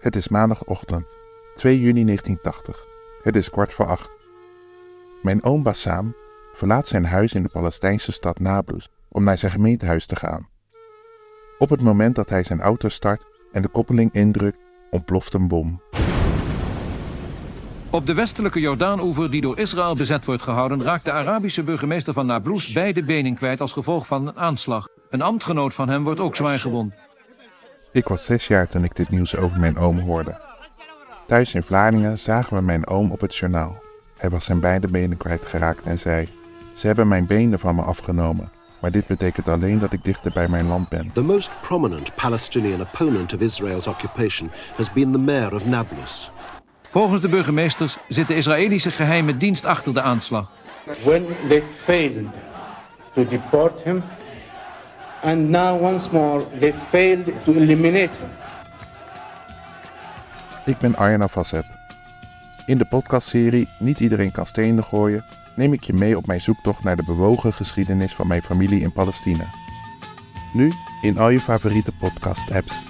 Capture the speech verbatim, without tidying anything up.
Het is maandagochtend, twee juni negentien tachtig. Het is kwart voor acht. Mijn oom Bassam verlaat zijn huis in de Palestijnse stad Nablus om naar zijn gemeentehuis te gaan. Op het moment dat hij zijn auto start en de koppeling indrukt, ontploft een bom. Op de westelijke Jordaanoever die door Israël bezet wordt gehouden, raakt de Arabische burgemeester van Nablus beide benen kwijt als gevolg van een aanslag. Een ambtgenoot van hem wordt ook zwaar gewond. Ik was zes jaar toen ik dit nieuws over mijn oom hoorde. Thuis in Vlaardingen zagen we mijn oom op het journaal. Hij was zijn beide benen kwijtgeraakt en zei: "Ze hebben mijn benen van me afgenomen, maar dit betekent alleen dat ik dichter bij mijn land ben." The most prominent Palestinian opponent of Israel's occupation has been the mayor of Nablus. Volgens de burgemeesters zit de Israëlische geheime dienst achter de aanslag. When they failed to deport him, and now once more they failed to eliminate him. Ik ben Arjen Afasset. In de podcastserie Niet iedereen kan stenen gooien neem ik je mee op mijn zoektocht naar de bewogen geschiedenis van mijn familie in Palestina. Nu in al je favoriete podcast-apps.